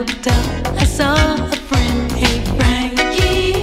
looked up, I saw a friend. Hey Frankie,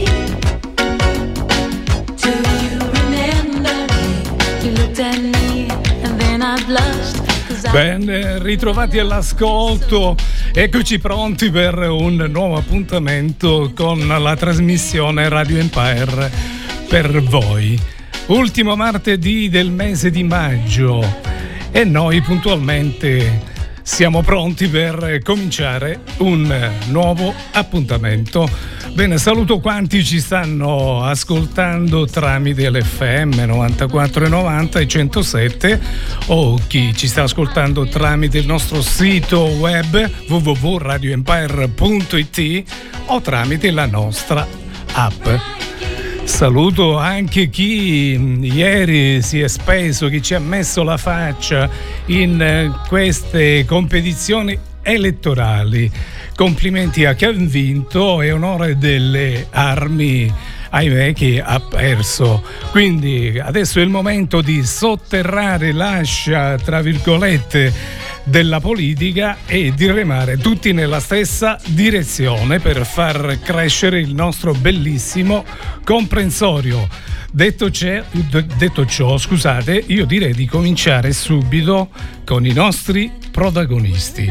do you remember me? You looked at me and then I blushed. Ben ritrovati all'ascolto, eccoci pronti per un nuovo appuntamento con la trasmissione Radio Empire per voi. Ultimo martedì del mese di maggio e noi puntualmente siamo pronti per cominciare un nuovo appuntamento. Bene, saluto quanti ci stanno ascoltando tramite l'FM 94,90 e 107 o chi ci sta ascoltando tramite il nostro sito web www.radioempire.it o tramite la nostra app. Saluto anche chi ieri si è speso, chi ci ha messo la faccia in queste competizioni elettorali. Complimenti a chi ha vinto e onore delle armi, ahimè, chi ha perso. Quindi adesso è il momento di sotterrare l'ascia, tra virgolette, della politica e di remare tutti nella stessa direzione per far crescere il nostro bellissimo comprensorio. Detto ciò, scusate, io direi di cominciare subito con i nostri protagonisti.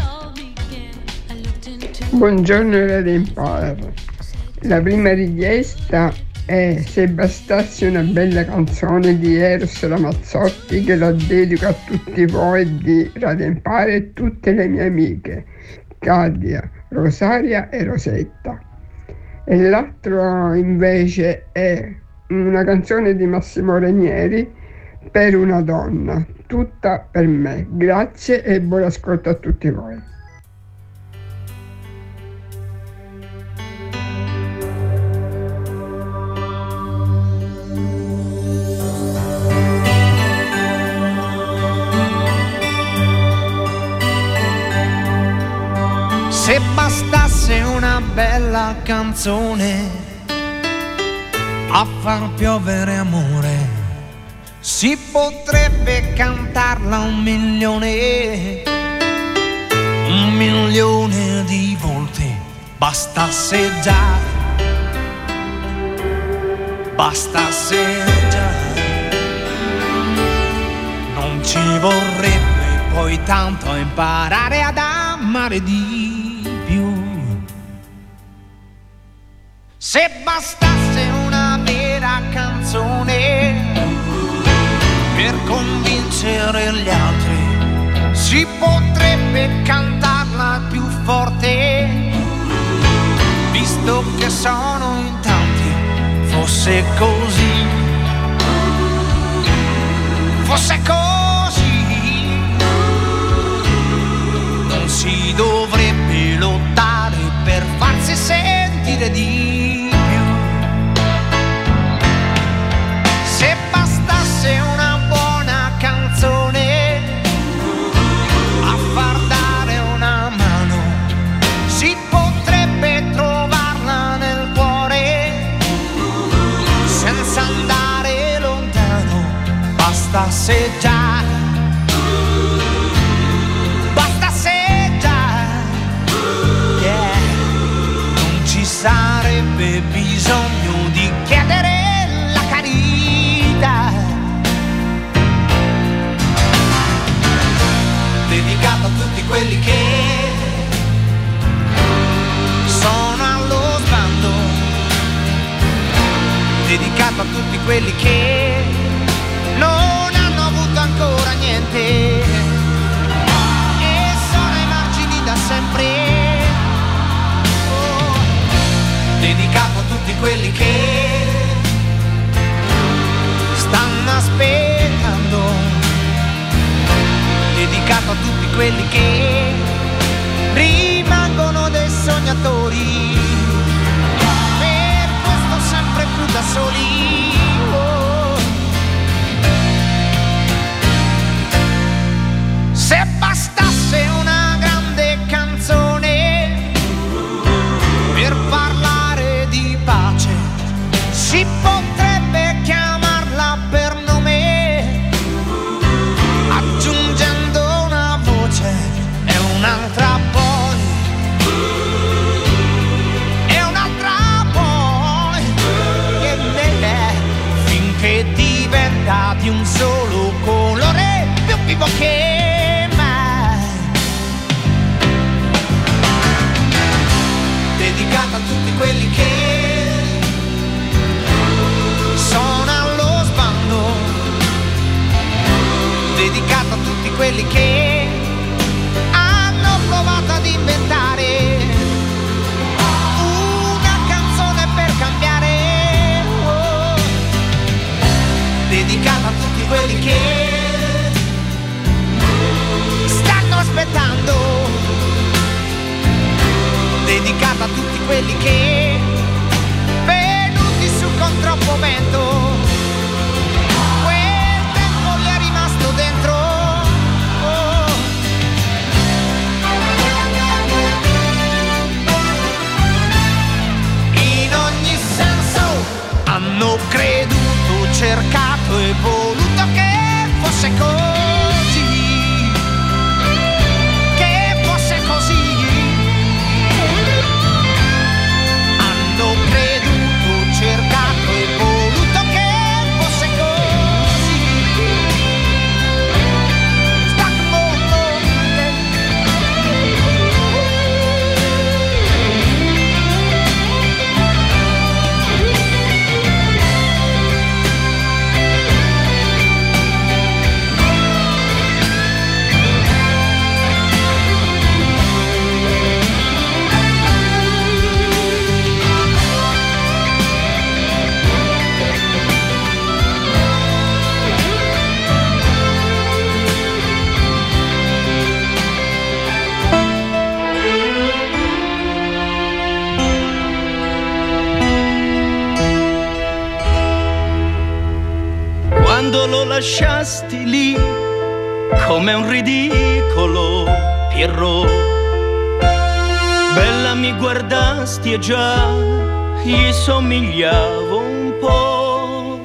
Buongiorno Radio Empire. La prima richiesta è se bastasse una bella canzone di Eros Ramazzotti, che la dedico a tutti voi di Radio Empire e tutte le mie amiche Cadia, Rosaria e Rosetta. E l'altro invece è una canzone di Massimo Ranieri, Per una donna, tutta per me. Grazie e buon ascolto a tutti voi. Se bastasse una bella canzone a far piovere amore, si potrebbe cantarla 1.000.000 di volte. Bastasse già non ci vorrebbe poi tanto imparare ad amare di più. Se bastasse una vera canzone per convincere gli altri, si potrebbe cantarla più forte, visto che sono in tanti. Fosse così, non si dovrebbe lottare per farsi sentire di più. Se bastasse una buona canzone a far dare una mano, si potrebbe trovarla nel cuore senza andare lontano. Bastasse già, sarebbe bisogno di chiedere la carità. Dedicato a tutti quelli che sono allo sbando, dedicato a tutti quelli che non hanno avuto ancora niente e sono ai margini da sempre. Dedicato a tutti quelli che stanno aspettando, dedicato a tutti quelli che rimangono dei sognatori, per questo sempre più da soli. Se bastasse una grande canzone per parlare di pace, si potrebbe chiamarla per nome, aggiungendo una voce e un'altra poi, di un solo colore, più vivo che mai. Dedicata a tutti quelli che sono allo sbando, dedicata a tutti quelli che hanno provato ad inventare una canzone per cambiare. Oh. Dedicata a tutti quelli che stanno aspettando, dedicata a tutti quelli che venuti su con troppo vento, quel tempo gli è rimasto dentro. Oh. In ogni senso hanno creduto, cercato e voluto che fosse così, che fosse così. Hanno creduto, cercato e voluto che fosse così. Quando lo lasciasti lì come un ridicolo, Pierrot, bella mi guardasti e già gli somigliavo un po'.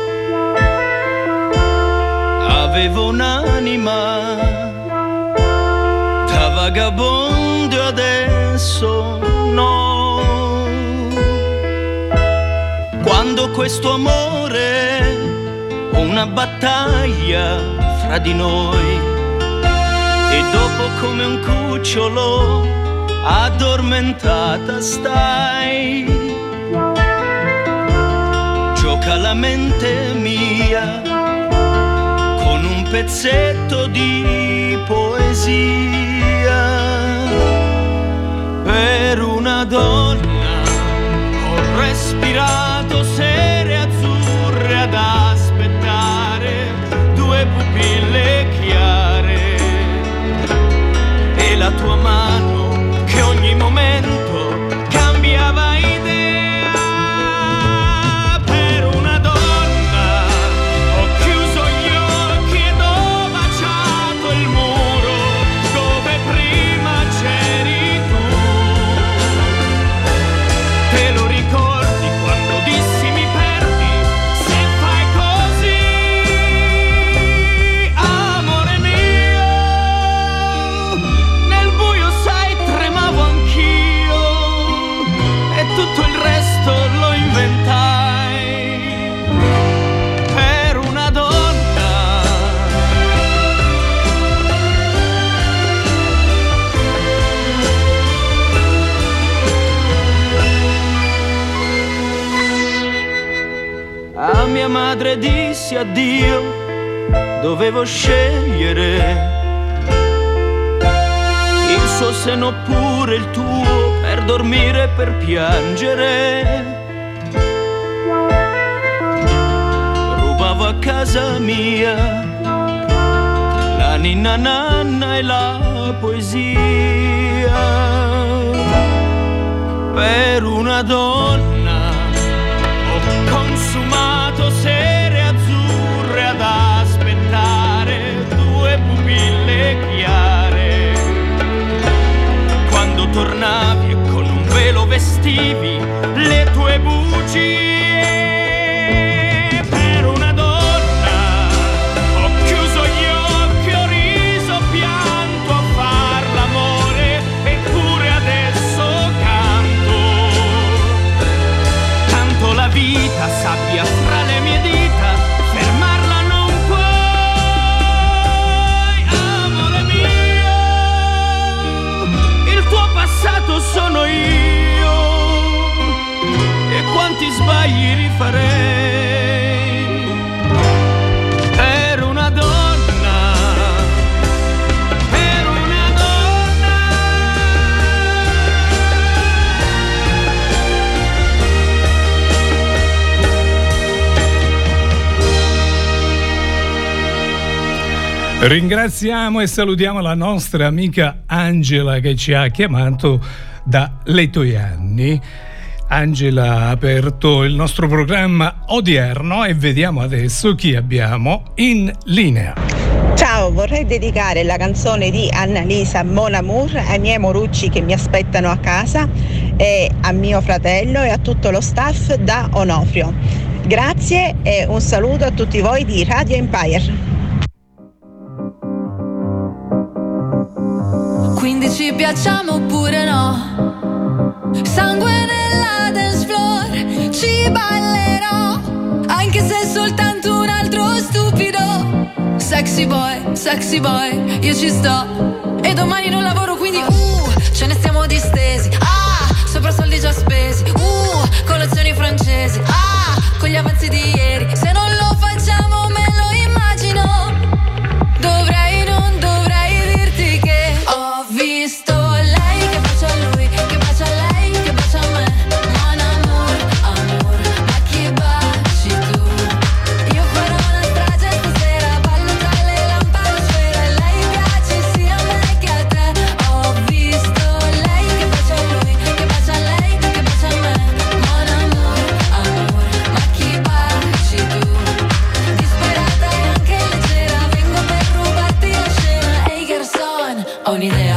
Avevo un'anima da vagabondo, adesso no. Quando questo amore, una battaglia fra di noi, e dopo come un cucciolo addormentata stai. Gioca la mente mia con un pezzetto di poesia. Per una donna ho respirato sere azzurre ad aspettare due pupille chiare, e la tua mano che ogni momento cambiava idea. Per una donna ho chiuso gli occhi ed ho baciato il muro dove prima c'eri tu. Te lo ricordi quando dissi mi perdi se fai così, amore mio? Nel buio sai tremavo anch'io e tutto il resto lo inventai per una donna. A mia madre dissi addio, dovevo scegliere il suo seno oppure il tuo, per dormire e per piangere. Rubavo a casa mia la ninna nanna e la poesia. Per una donna ho consumato sere azzurre ad aspettare due pupille chiare. Quando tornavi e con un velo vestivi le tue bugie. Per una donna ho chiuso gli occhi, ho riso, pianto a far l'amore, eppure adesso canto. Tanto la vita, sabbia fra le mie dita, fermarla non Ringraziamo e salutiamo la nostra amica Angela che ci ha chiamato da Letojanni. Angela ha aperto il nostro programma odierno e vediamo adesso chi abbiamo in linea. Ciao, vorrei dedicare la canzone di Annalisa Mon Amour ai miei morucci che mi aspettano a casa e a mio fratello e a tutto lo staff da Onofrio. Grazie e un saluto a tutti voi di Radio Empire. Quindi ci piacciamo oppure no? Sangue nella dance floor, ci ballerò, anche se è soltanto un altro stupido. Sexy boy, io ci sto. E domani non lavoro, quindi ce ne stiamo distesi. Sopra soldi già spesi. Colazioni francesi. Con gli avanzi di ieri. Se non lo facciamo me lo immagino. Non dovrei dirti che ho visto lei che bacia a lui, che bacia a lei, che bacia a me. Mon amour, ma chi baci tu? Io farò una strage stasera, ballo tra le lampadosfere. Lei piace sia a me che a te. Ho visto lei che bacia a lui, che bacia a lei, che bacia a me. Mon amour, ma chi baci tu? Disperata e anche leggera, vengo per rubarti la scena. Ehi garçon, ho un'idea.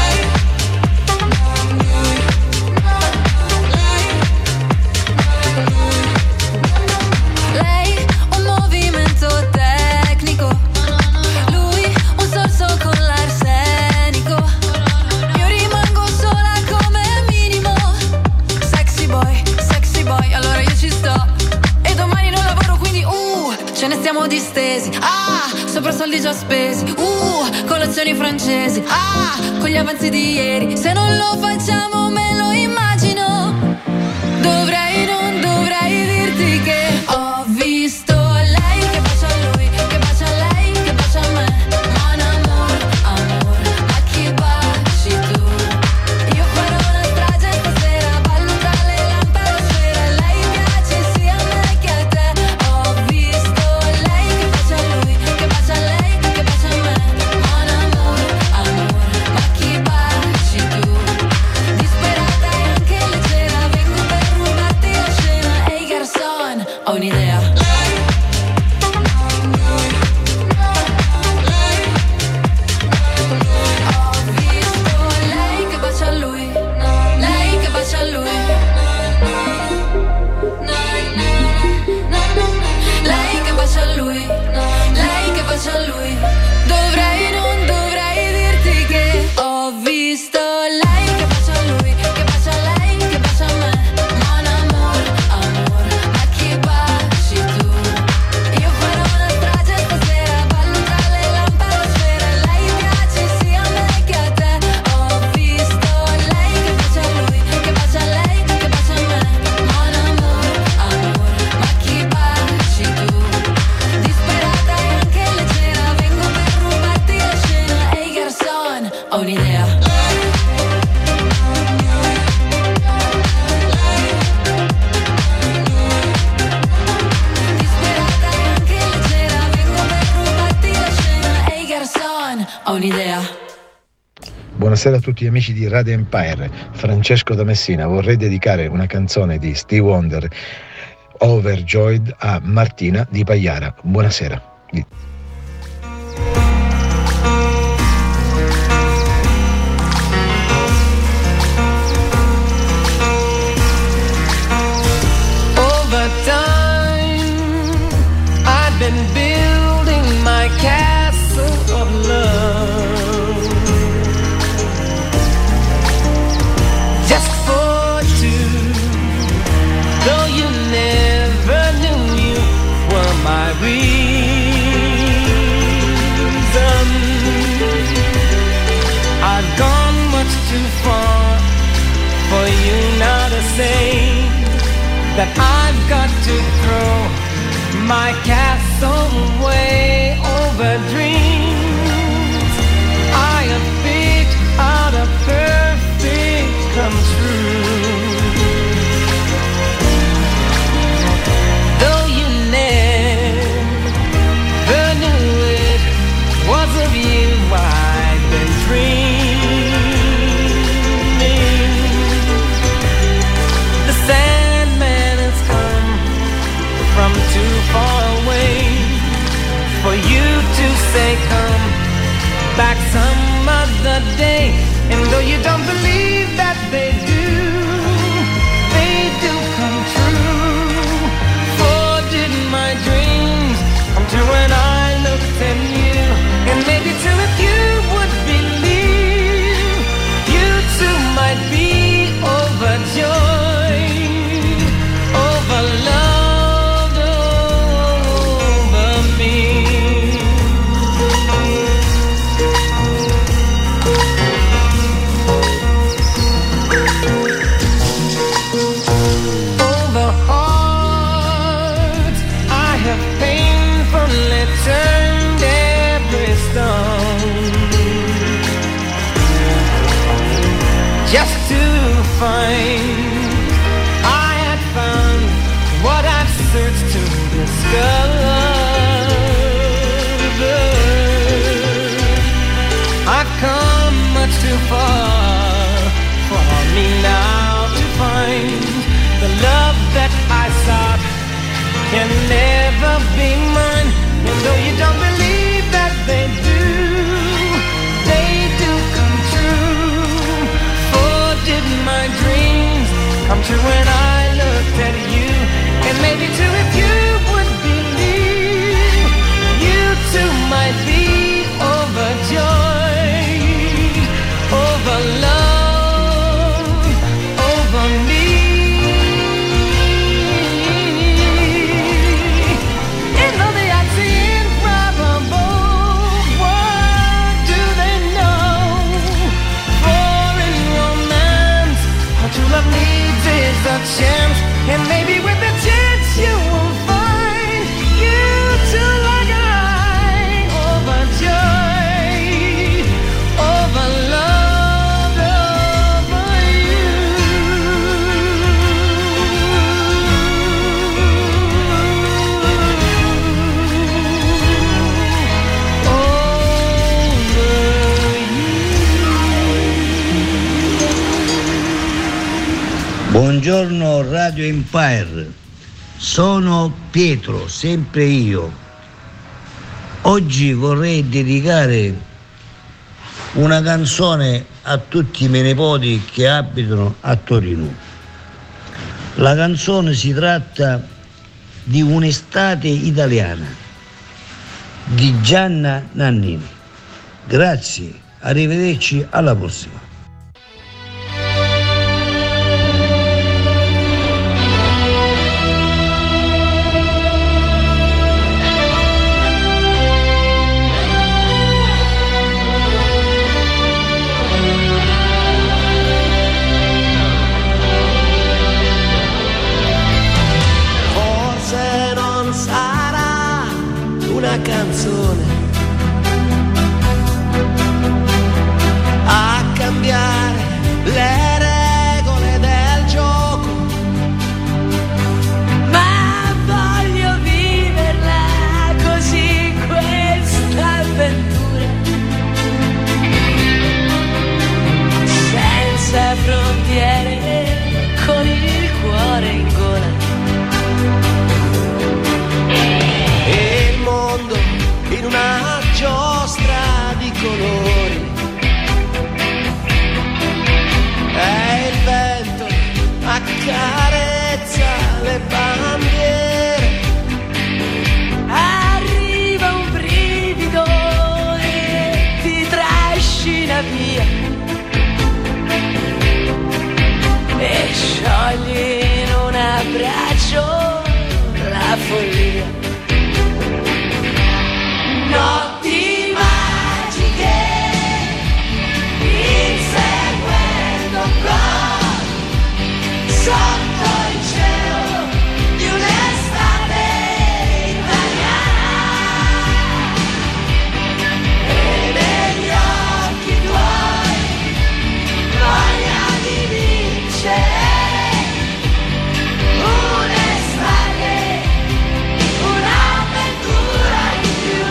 Lei un movimento tecnico, lui un sorso con l'arsenico. Io rimango sola come minimo. Sexy boy, allora io ci sto. E domani non lavoro, quindi ce ne stiamo distesi. Sopra soldi già spesi. Colazioni francesi. Con gli avanzi di ieri. Se non lo facciamo me lo immagino. Non dovrei dirti che ho visto lei che bacia a lui, che bacia a lei, che bacia a me. Mon amour, ma chi baci tu? Io farò una strage stasera, ballo tra le lampadosfere. Lei piace sia a me che a te. Ho visto lei che bacia a lui, che bacia a lei, che bacia a me. Mon amour, ma chi baci tu? Disperata e anche leggera, vengo per rubarti la scena. Ehi garçon, ho un'idea. Ho visto lei che bacia a lui, lei che bacia a lui. Lei che bacia a lui, lei che bacia a lui. Non dovrei dirti che ho visto lei che bacia a lui, che bacia a lei, che bacia a me. Mon amour, ma chi baci tu? Io farò una strage stasera, ballo tra le lampadosfere. Lei piace sia a me che a te. Ho visto lei che bacia a lui, che bacia a lei, che bacia a me. Mon amour, ma chi baci tu? Disperata e anche leggera, vengo per rubarti la scena. Ehi garçon, ho un'idea. Disperata e anche leggera, vengo per rubarti la scena. Ehi garçon, ho un'idea. Buonasera a tutti gli amici di Radio Empire, Francesco da Messina. Vorrei dedicare una canzone di Stevie Wonder, Overjoyed, a Martina di Pagliara. Buonasera. Over time, I've been building my castle of love, just for two. Though you never knew you were my reason, I've gone much too far for you now to say that I've got to throw my castle way over dreams. I have picked out a perfect come true. Though you never knew it was a find. I had found what I've searched to discover. I've come much too far for me now to find the love that I sought can never be mine. And though you don't believe that they do come true. For did my dreams come true when I looked at you? And maybe too if you would believe, you too might be overjoyed over love, over me. Love needs is a chance, and maybe with a chance you will find you too like I, overjoyed over love, over you. Buongiorno Radio Empire, sono Pietro, sempre io. Oggi vorrei dedicare una canzone a tutti i miei nipoti che abitano a Torino. La canzone si tratta di Un'estate italiana di Gianna Nannini. Grazie, arrivederci, alla prossima. Canzone a cambiare le regole del gioco, ma voglio viverla così questa avventura, senza frontiere, con il cuore in gola. In una giostra di colori e il vento accarezza le bandiere. Arriva un brivido e ti trascina via e sciogli in un abbraccio la follia. Notti magiche, inseguendo con sotto il cielo di un'estate italiana, e negli occhi tuoi voglia di vincere. Un'estate, un'avventura in più.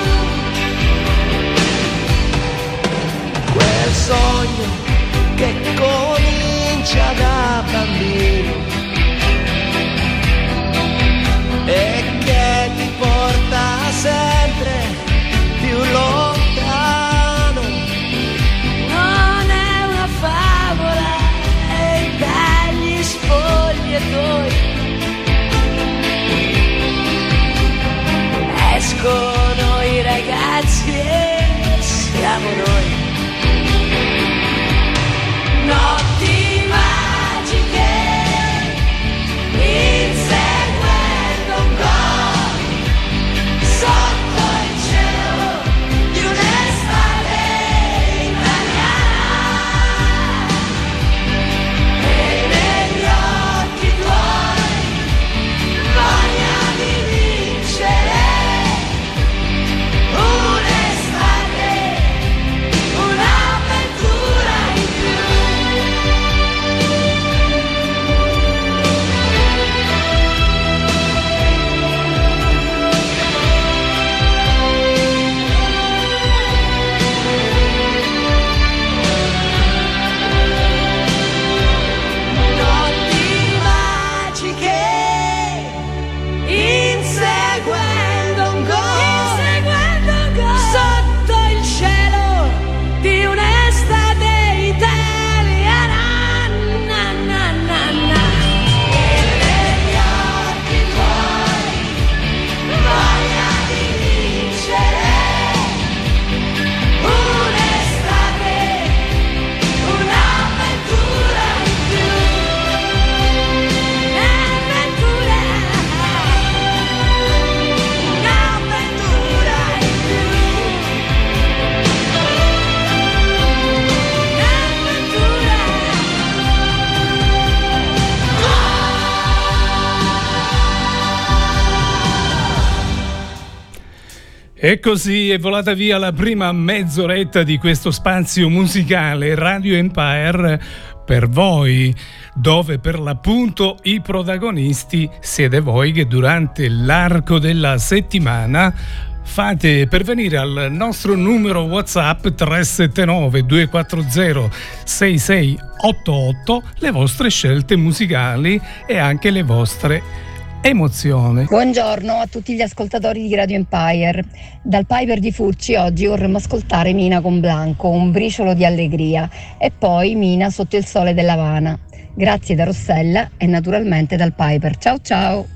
Quel sogno che comincia da bambino e che ti porta sempre più lontano. Non è una favola e dagli spogliatoi escono i ragazzi e siamo noi. Notti magiche, inseguendo un gol sotto il cielo di un'estate italiana, e negli occhi tuoi voglia di vincere. Un'estate E così è volata via la prima mezz'oretta di questo spazio musicale Radio Empire per voi, dove per l'appunto i protagonisti siete voi che durante l'arco della settimana fate pervenire al nostro numero WhatsApp 379 240 6688 le vostre scelte musicali e anche le vostre emozioni. Buongiorno a tutti gli ascoltatori di Radio Empire. Dal Piper di Furci oggi vorremmo ascoltare Mina con Blanco, un briciolo di allegria, e poi Mina sotto il sole dell'Havana. Grazie da Rossella e naturalmente dal Piper. Ciao ciao!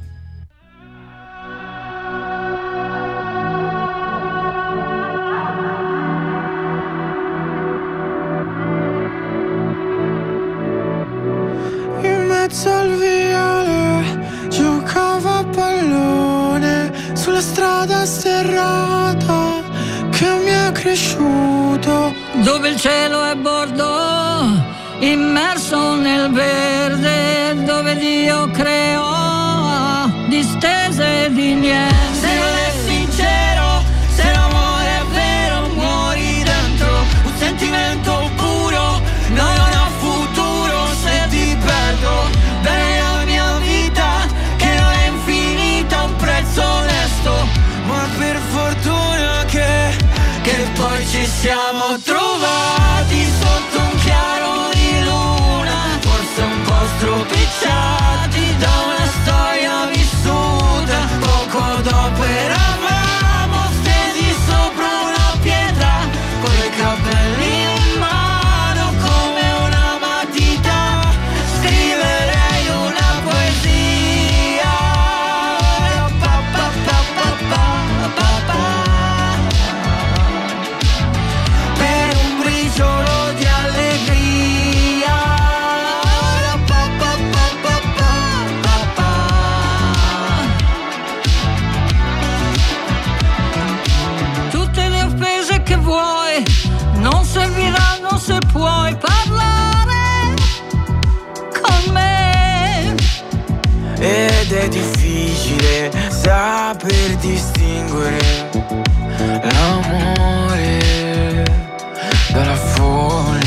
In mezzo al viale giocavo a pallone sulla strada sterrata che mi è cresciuto, dove il cielo è bordo immerso nel verde, dove Dio creò distese di niente. Se non è sincero, se l'amore è vero, muori dentro un sentimento puro. No, non ho futuro se ti perdo. Bene la mia vita che non è infinita, un prezzo onesto, ma per fortuna che poi ci siamo trovati sotto un chiaro di luna, forse un po' stropicciati da una storia vissuta. Poco dopo eravamo stesi sopra una pietra, con i capelli in mano come una matita. Scriverei una poesia pa, pa, pa, pa, pa, pa, pa. Per un briciolo di allegria pa, pa, pa, pa, pa, pa, pa. Tutte le offese che vuoi non serviranno se puoi parlare con me. Ed è difficile saper distinguere l'amore dalla follia.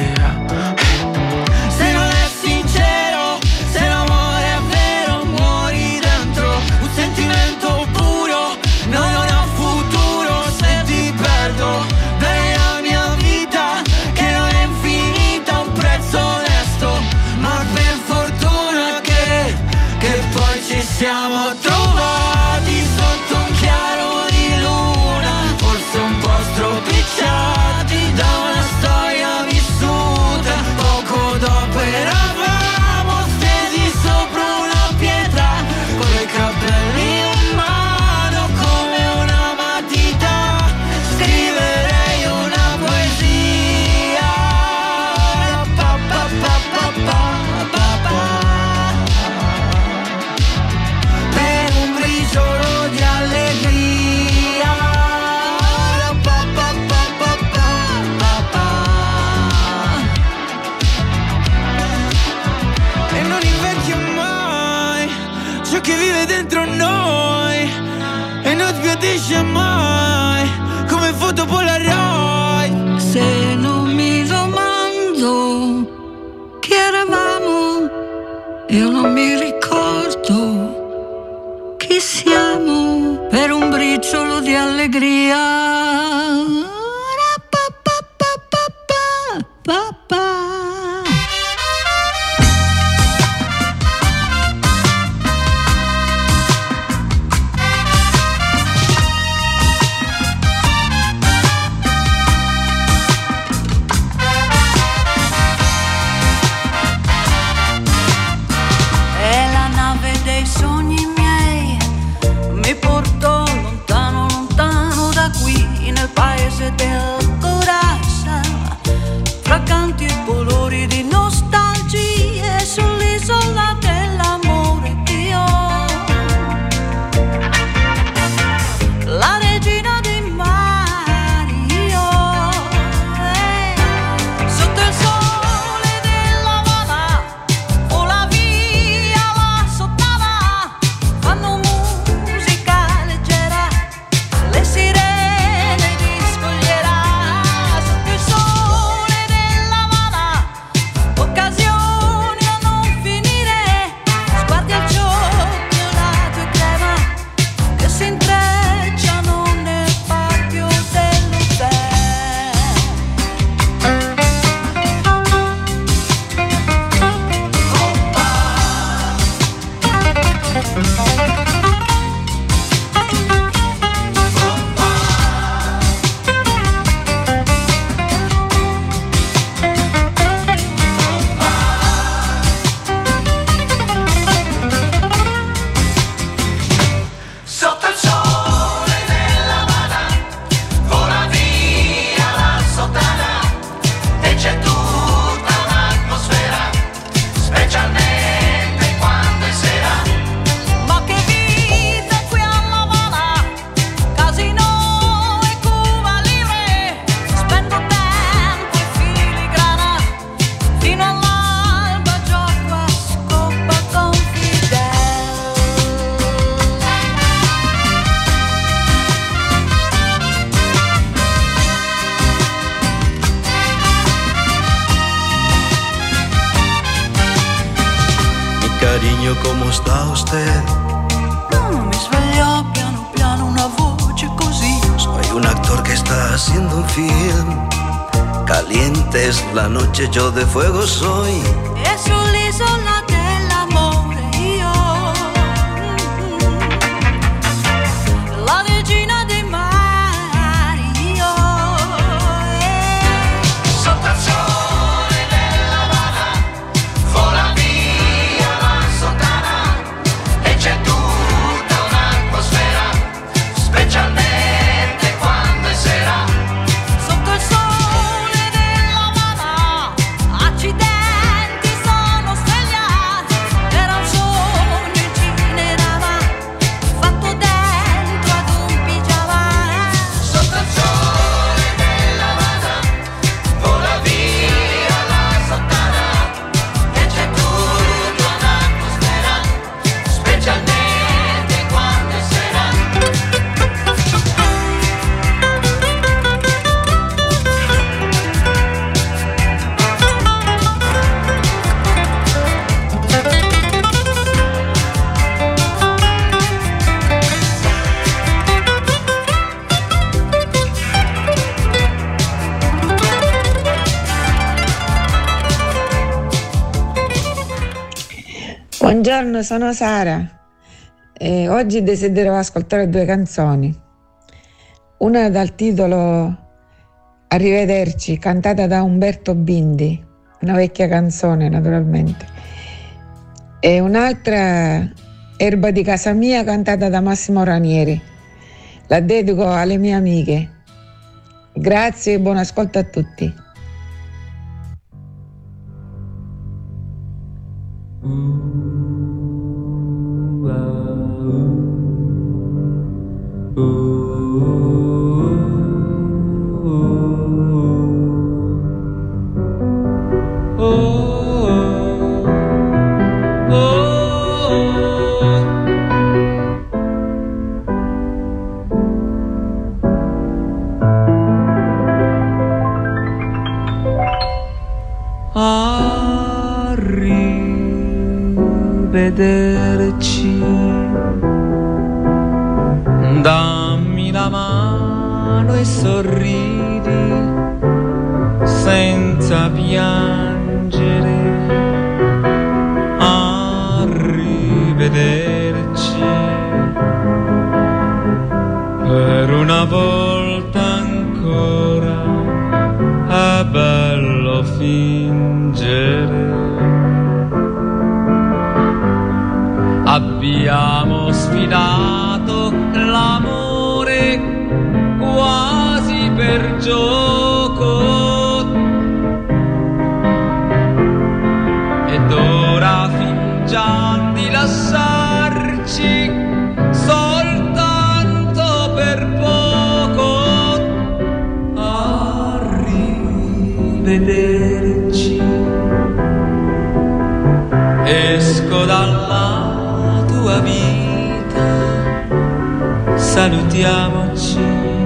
Se non è sincero, se l'amore è vero, muori dentro un sentimento puro. No, non ho futuro se ti perdo. Bene la mia vita che non è infinita, un prezzo onesto, ma per fortuna che poi ci siamo trovati sotto un chiaro di luna, forse un po' stropicciati da una storia vissuta. Poco dopo eravamo stesi sopra una pietra, con i capelli in mano come una matita. Scriverei una poesia pa, pa, pa, pa, pa, pa, pa. Per un briciolo di allegria pa, pa, pa, pa, pa, pa. E non invecchia mai ciò che vive dentro noi, e non sbiadisce mai come foto Polaroid. Se non mi domando chi eravamo, io non mi ricordo chi siamo. Per un briciolo di allegria pa, pa, pa, pa, pa, pa. È la nave dei sogni miei, mi portò lontano, lontano da qui, nel paese dei ¿cómo está usted? Mi svegliò piano piano una voce così. Soy un actor que está haciendo un film. Caliente es la noche, yo de fuego soy. E sull'isola dell'amore io, la regina dei mari io, Sotto il sole dell'Havana vola via la sottana e c'è tutta un'atmosfera, specialmente quando è sera. sotto il sole dell'Havana, accidenti sono svegliati, era un sogno incinerava, fatto dentro ad un pigiama. Sotto il sole dell'Havana vola via la sottana e c'è tutta un'atmosfera, specialmente quando è sera. Buongiorno, sono Sara e oggi desidero ascoltare due canzoni. Una dal titolo Arrivederci, cantata da Umberto Bindi, una vecchia canzone naturalmente, e un'altra Erba di casa mia, cantata da Massimo Ranieri. La dedico alle mie amiche. Grazie e buon ascolto a tutti. Arrivederci, dammi la mano e sorridi senza piangere. Arrivederci, per una volta ancora è bello fingere. Abbiamo sfidato l'amore quasi per gioco ed ora fingiamo di lasciarci soltanto per poco. Arrivederci, esco dalla tua vita, salutiamoci.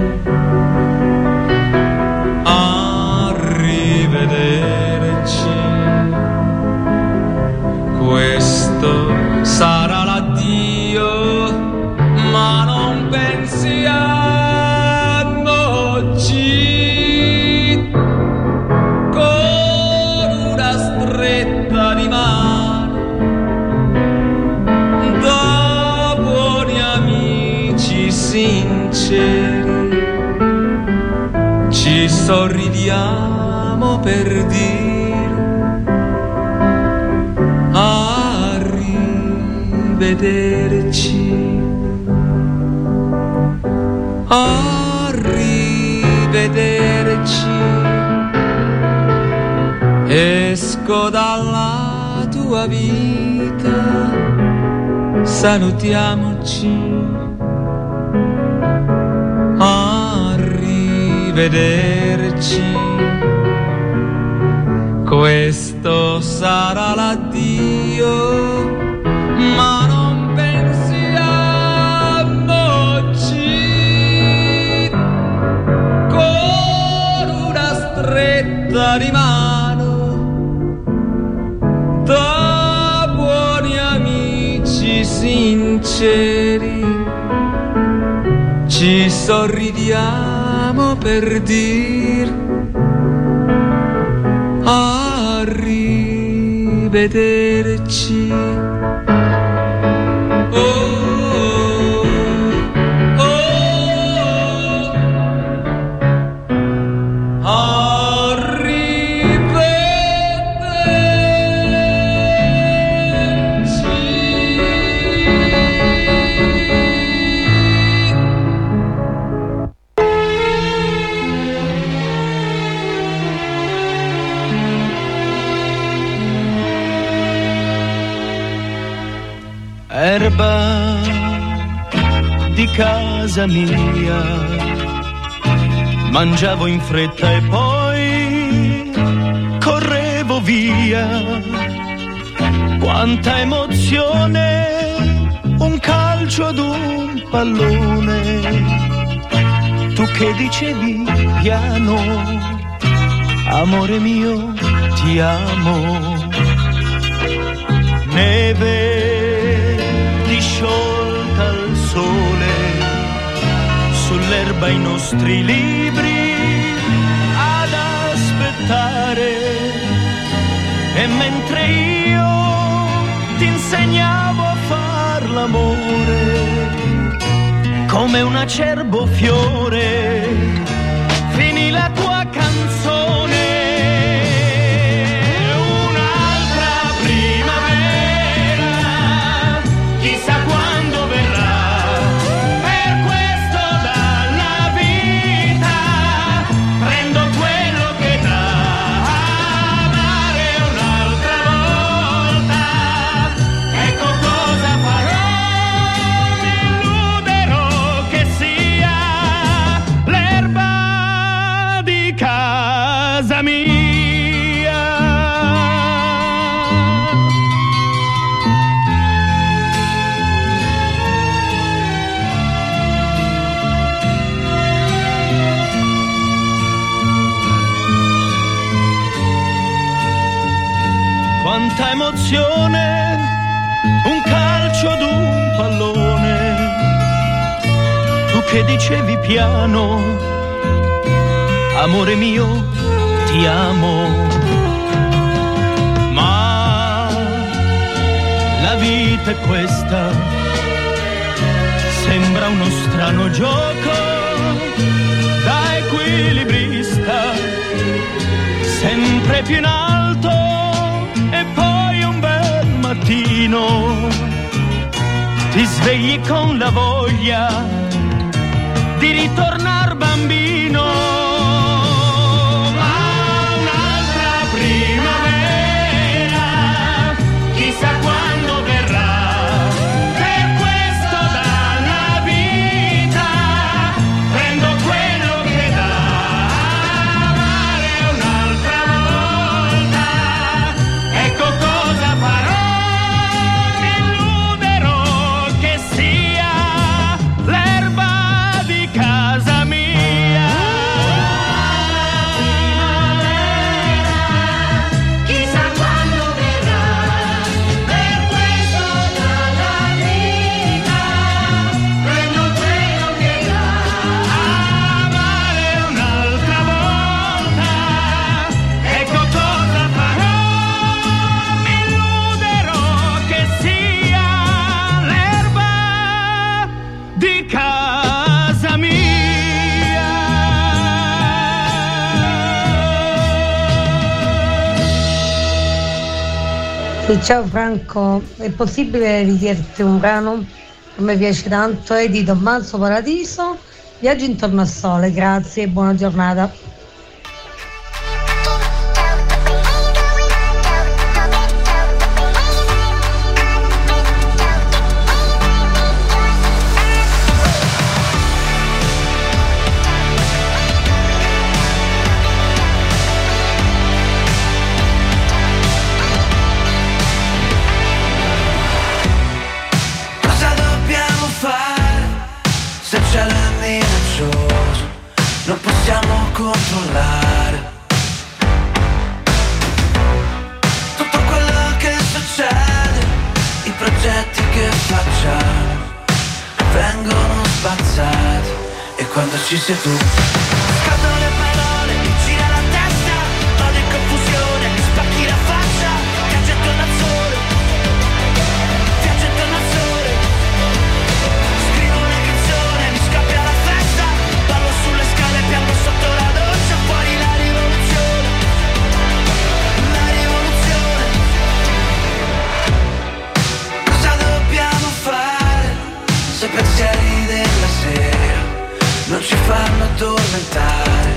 Arrivederci, questo sarà l'addio, ma non pensiamoci. Con una stretta di mano da buoni amici sinceri ci sorridiamo per dire arrivederci. Arrivederci, esco dalla tua vita, salutiamoci. Arrivederci, questo sarà l'addio, ma non pensiamoci. Con una stretta di mano da buoni amici sinceri, ci sorridiamo per dir arrivederci. Erba di casa mia, mangiavo in fretta e poi correvo via. Quanta emozione, un calcio ad un pallone. Tu che dicevi piano, amore mio, ti amo. Neve sciolta al sole, sull'erba i nostri libri ad aspettare, e mentre io ti insegnavo a far l'amore come un acerbo fiore, finì la tua canzone. Quanta emozione, un calcio ad un pallone. Tu che dicevi piano, amore mio, ti amo. Ma la vita è questa, sembra uno strano gioco da equilibrista, sempre più in alto e poi un bel mattino ti svegli con la voglia di ritornar bambino. Ma un'altra primavera, chissà quando verrà, per questo dalla vita prendo quello che dà. Amare un'altra volta, ecco cosa farò, mi illuderò che sia l'erba di casa mia. Chissà quando verrà, per questo dalla vita prendo quello che dà. Amare un'altra volta, ecco cosa farò, mi illuderò che sia l'erba di casa mia. Sì, ciao Franco, è possibile richiederti un brano? A me piace tanto, è di Tommaso Paradiso, Viaggio intorno al sole. Grazie e buona giornata. Cosa dobbiamo fare se il cielo è minaccioso? Non possiamo controllare tutto quello che succede, i progetti che facciamo. spazzato. E quando ci sei tu scattano le parole, mi gira la testa, vado in confusione, mi spacchi la faccia, viaggio attorno al sole, viaggio attorno al sole. Scrivo una canzone, mi scappia la festa, ballo sulle scale, piango sotto la doccia, fuori la rivoluzione, la rivoluzione. Cosa dobbiamo fare se pensieri della sera non ci fanno addormentare?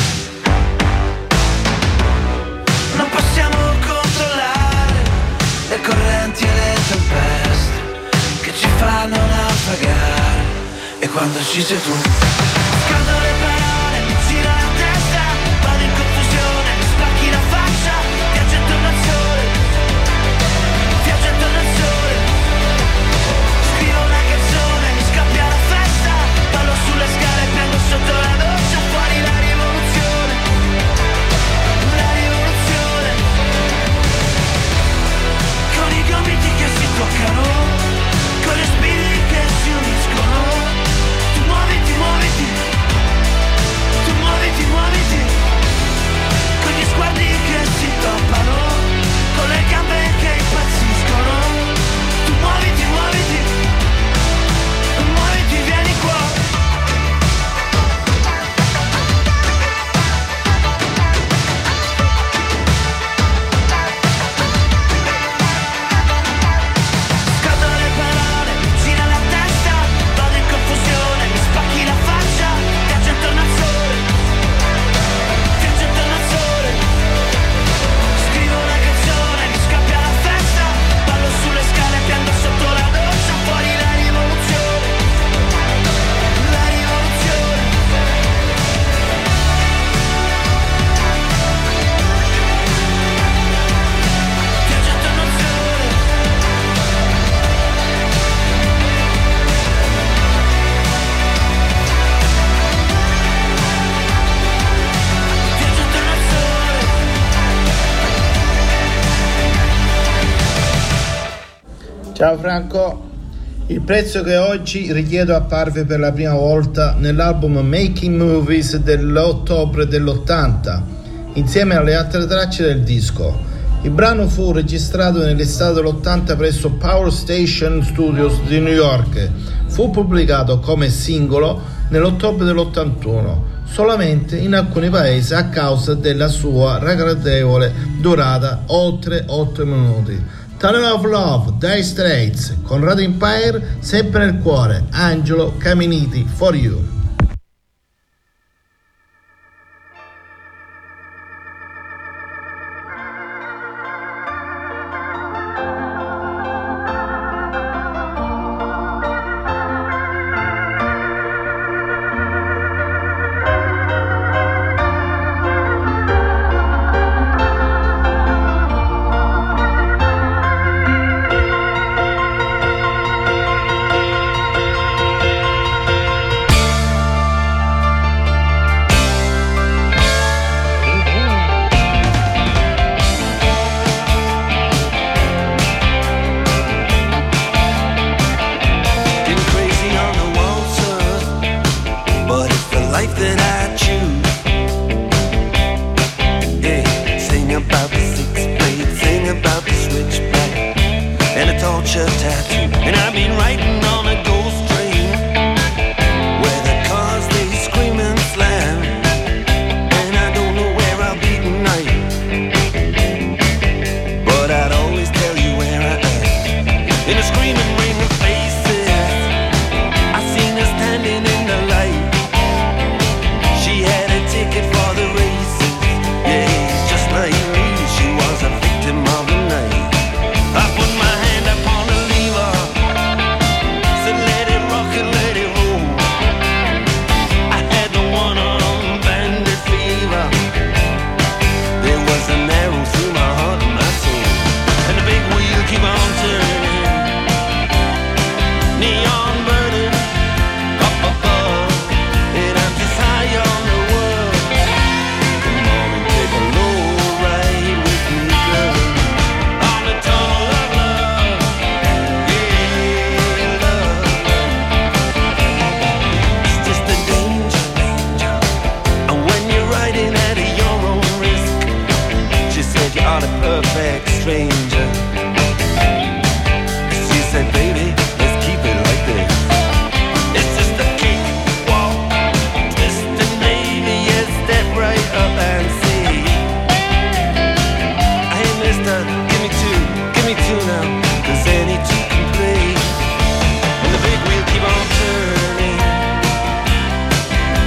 Non possiamo controllare le correnti e le tempeste che ci fanno naufragare. E quando ci sei tu scaldo le parole, mi gira la testa, vado in confusione, mi spacchi la faccia, viaggio attorno al sole, viaggio attorno al sole. Scrivo una canzone, mi scappia la festa, ballo sulle scale, piango sotto la doccia, fuori la rivoluzione, la rivoluzione. Con i gomiti che si toccano, con le spine che si uniscono. Tu muoviti, muoviti, tu muoviti, muoviti, con gli sguardi che si toppano, con le gambe che impazziscono. Tu muoviti, muoviti, muoviti, vieni qua. Scaldo le parole, mi gira la testa, vado in confusione, mi spacchi la faccia, viaggio attorno al sole, viaggio attorno al sole. Scrivo una canzone, mi scappia la festa, ballo sulle scale, piango sotto la doccia, fuori la rivoluzione, la rivoluzione. Viaggio attorno al sole. Viaggio attorno al sole. Ciao Franco, il prezzo che oggi richiedo apparve per la prima volta nell'album Making Movies dell'ottobre dell'80, insieme alle altre tracce del disco. Il brano fu registrato nell'estate dell'80 presso Power Station Studios di New York. Fu pubblicato come singolo nell'ottobre dell'81, solamente in alcuni paesi a causa della sua ragradevole durata, oltre 8 minuti. Tunnel of Love, Dire Straits, con Radio Empire, sempre nel cuore, Angelo Caminiti, For You. Just like me, she was a victim of the night. I put my hand upon the lever,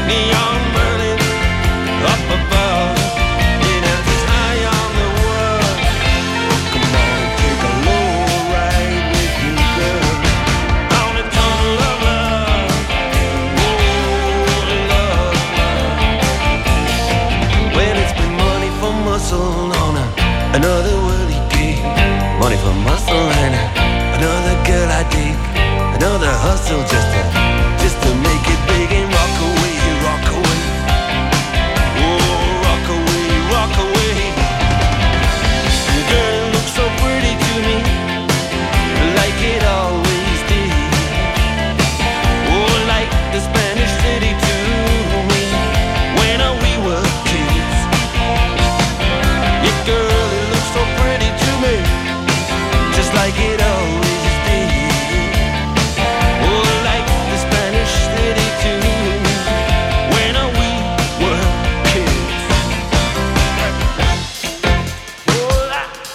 neon burning up above. It is high on the world. Come on and take a low ride with me, girl. On a tunnel of love. Oh, love. When it's been money for muscle on another worldly gig, money for muscle and another girl I dig, another hustle just to make it big and rock away, rock away. Oh, rock away, rock away. Girl, it looks so pretty to me, like it always did. Oh, like the Spanish city to me, when we were kids. Yeah, girl, it looks so pretty to me, just like it always did. Oh, like the Spanish city to me, when we were kids. Oh,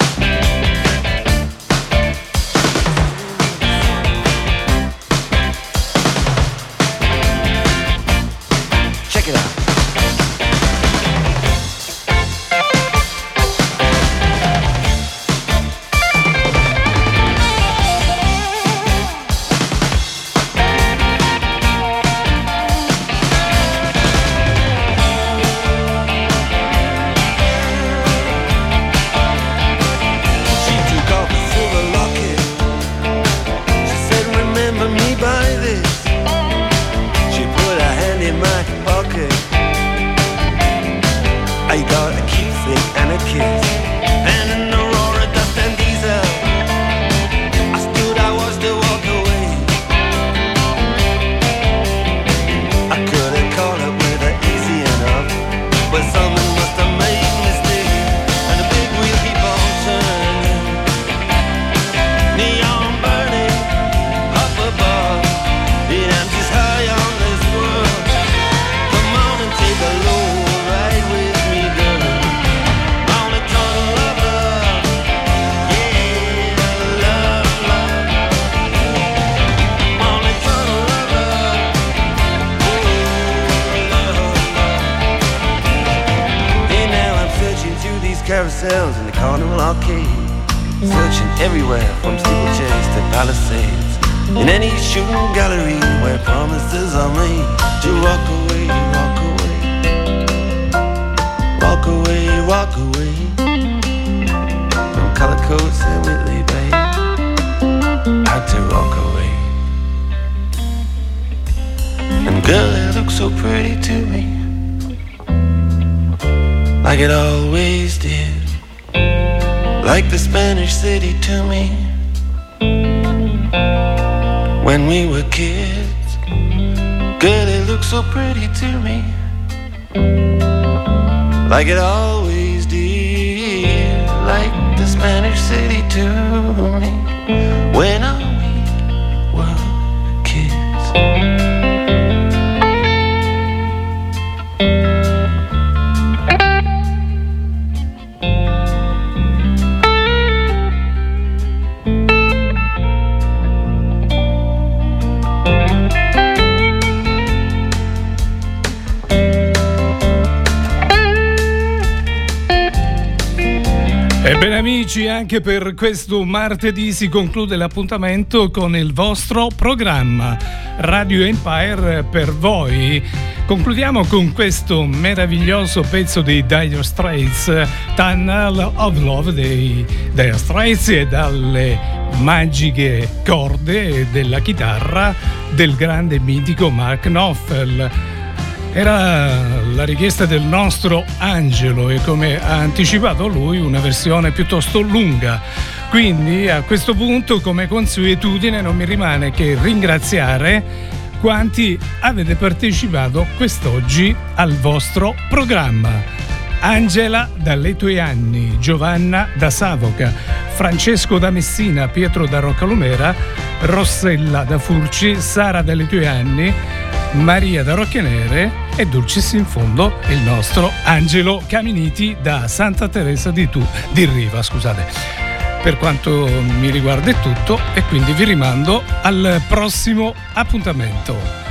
check it out. She took off a silver locket. She said, remember me by this. She put her hand in my pocket. I got a keepsake and a kiss, and an Aurora dust and diesel. I stood, I watched her walk away. I couldn't call up with her easy enough, but something must have made me stay. And the big wheel keep on turning, neon burning up above. It empties high on this world. Come on and take a low ride with me, girl. On a tunnel of love. Yeah, love, love. On a tunnel of love. Oh, love, love. And now I'm searching through these carousels in the Carnival Arcade, searching everywhere from steeplechase to Palisades, in any shooting gallery where promises are made to walk away, rock away, rock away, rock away, from color coats and Whitley Bay, out to rock away. And girl, it looks so pretty to me, like it always did, like the Spanish city to me, when we were kids. Girl, it looks so pretty to me, like it always did, like the Spanish city to me, when we were kids. Ebbene amici, anche per questo martedì si conclude l'appuntamento con il vostro programma Radio Empire per voi. Concludiamo con questo meraviglioso pezzo dei Dire Straits, Tunnel of Love dei Dire Straits, e dalle magiche corde della chitarra del grande mitico Mark Knopfler. Era la richiesta del nostro Angelo e, come ha anticipato lui, una versione piuttosto lunga. Quindi a questo punto, come consuetudine, non mi rimane che ringraziare quanti avete partecipato quest'oggi al vostro programma. Angela da Letojanni, Giovanna da Savoca, Francesco da Messina, Pietro da Roccalumera, Rossella da Furci, Sara da Letojanni, Maria da Rocchianere e dulcis in fondo il nostro Angelo Caminiti da Santa Teresa di Riva, scusate. Per quanto mi riguarda è tutto, e quindi vi rimando al prossimo appuntamento.